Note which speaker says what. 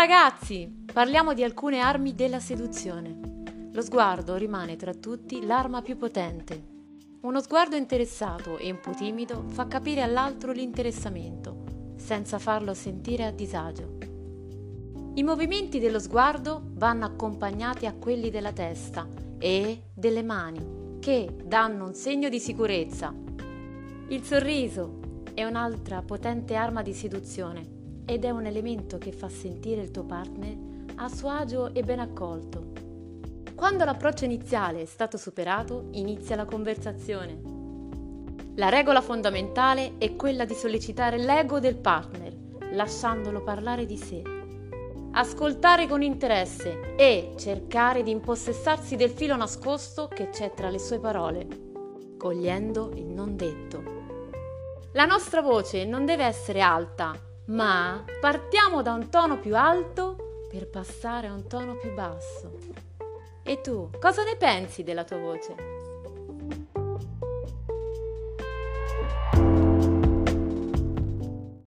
Speaker 1: ragazzi, parliamo di alcune armi della seduzione. Lo sguardo rimane tra tutti l'arma più potente. Uno sguardo interessato e un po' timido fa capire all'altro l'interessamento, senza farlo sentire a disagio. I movimenti dello sguardo vanno accompagnati a quelli della testa e delle mani, che danno un segno di sicurezza. Il sorriso è un'altra potente arma di seduzione ed è un elemento che fa sentire il tuo partner a suo agio e ben accolto. Quando l'approccio iniziale è stato superato, inizia la conversazione. La regola fondamentale è quella di sollecitare l'ego del partner, lasciandolo parlare di sé. Ascoltare con interesse e cercare di impossessarsi del filo nascosto che c'è tra le sue parole, cogliendo il non detto. La nostra voce non deve essere alta, ma partiamo da un tono più alto per passare a un tono più basso. E tu, cosa ne pensi della tua voce?